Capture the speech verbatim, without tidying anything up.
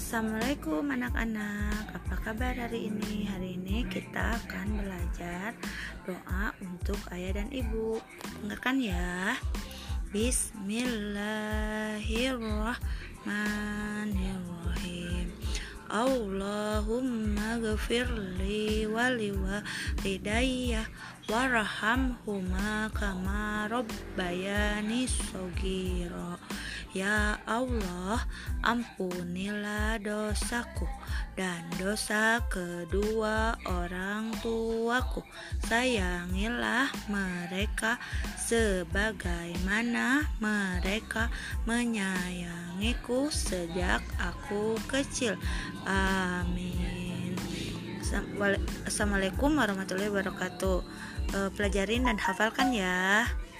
Assalamualaikum anak-anak, apa kabar hari ini? Hari ini kita akan belajar doa untuk ayah dan ibu. Dengarkan ya. Bismillahirrahmanirrahim. Allahumma ghafirli wali walidayya warhamhuma kama rabbayani shaghira. Ya Allah, ampunilah dosaku dan dosa kedua orang tuaku. Sayangilah mereka sebagaimana mereka menyayangiku sejak aku kecil. Amin. Assalamualaikum warahmatullahi wabarakatuh. E, pelajarin dan hafalkan ya.